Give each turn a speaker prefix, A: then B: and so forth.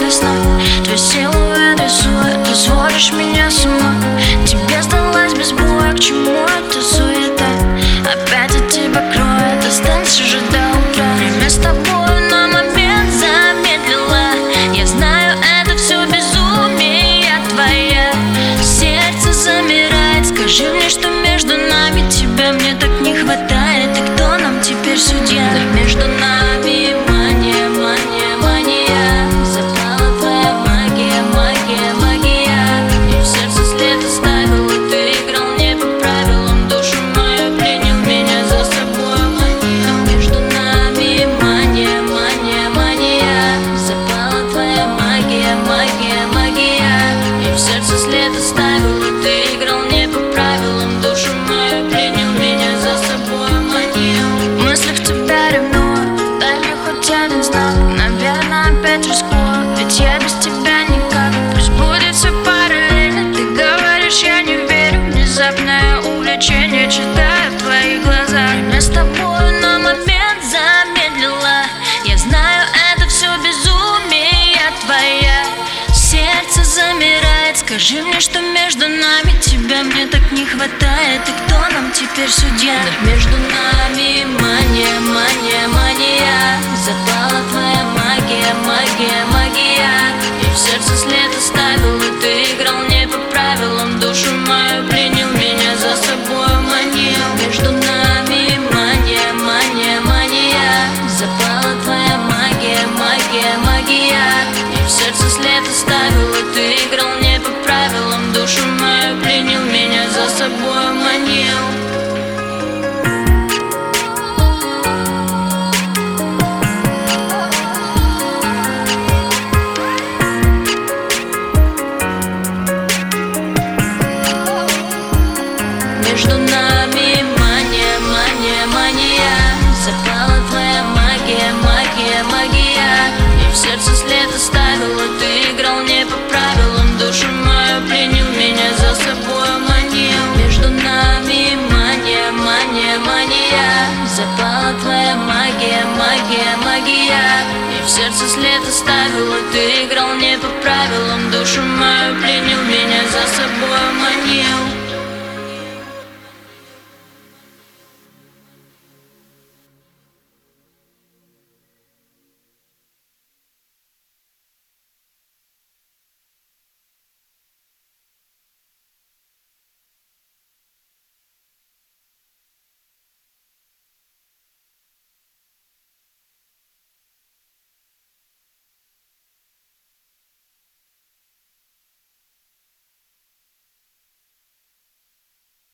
A: весной. Твой силуэт рисует, ты сводишь меня с ума. Тебе сдалась без боя, к чему эта суета? Опять от тебя кроет, останься же до утра. Время с тобой на момент замедлила. Я знаю, это все безумие твоя. Сердце замирает, скажи мне, что между нами. Тебя мне так не хватает. И кто нам теперь судья? Да между нами мания, мания, мания. Запала твоя магия, магия, магия. И в сердце след оставил, и ты играл не по правилам. Душу мою пленил, меня за собой манил. Между нами мания, мания, мания. Запала твоя магия, магия, магия. И в сердце след оставил, и ты играл не по правилам. Душу мою пленил, меня за собой манил. В мыслях тебя ревную, дай мне хоть один знак. Наверное, опять рискую, ведь я без тебя никак. Пусть будет все параллельно, ты говоришь, я не верю. Внезапное увлечение читаю в твоих глазах. Время с тобой на момент замедлила. Я знаю, это все безумие твоя. Сердце замирает, скажи мне, что между нами. Тебя мне так не хватает. И кто нам теперь судья? Да между нами мания, мания, мания. Запала твоя магия, магия, магия. И в сердце след оставил, и ты играл не по правилам. Душу мою пленил, меня за собой манил. Между нами мания, мания, мания. Запала твоя магия, магия, магия. И в сердце след оставил, и ты играл не по правилам. Душу мою пленил, меня за собой манил. Между нами мания, мания, мания. Запала твоя магия, магия, магия. И в сердце след оставил, и ты играл не по правилам. Душу мою пленил, меня за собой манил. Между нами мания, мания, мания. Запала твоя магия, магия, магия. И в сердце след оставил, и ты играл не по правилам. Душу мою пленил, меня за собой манил.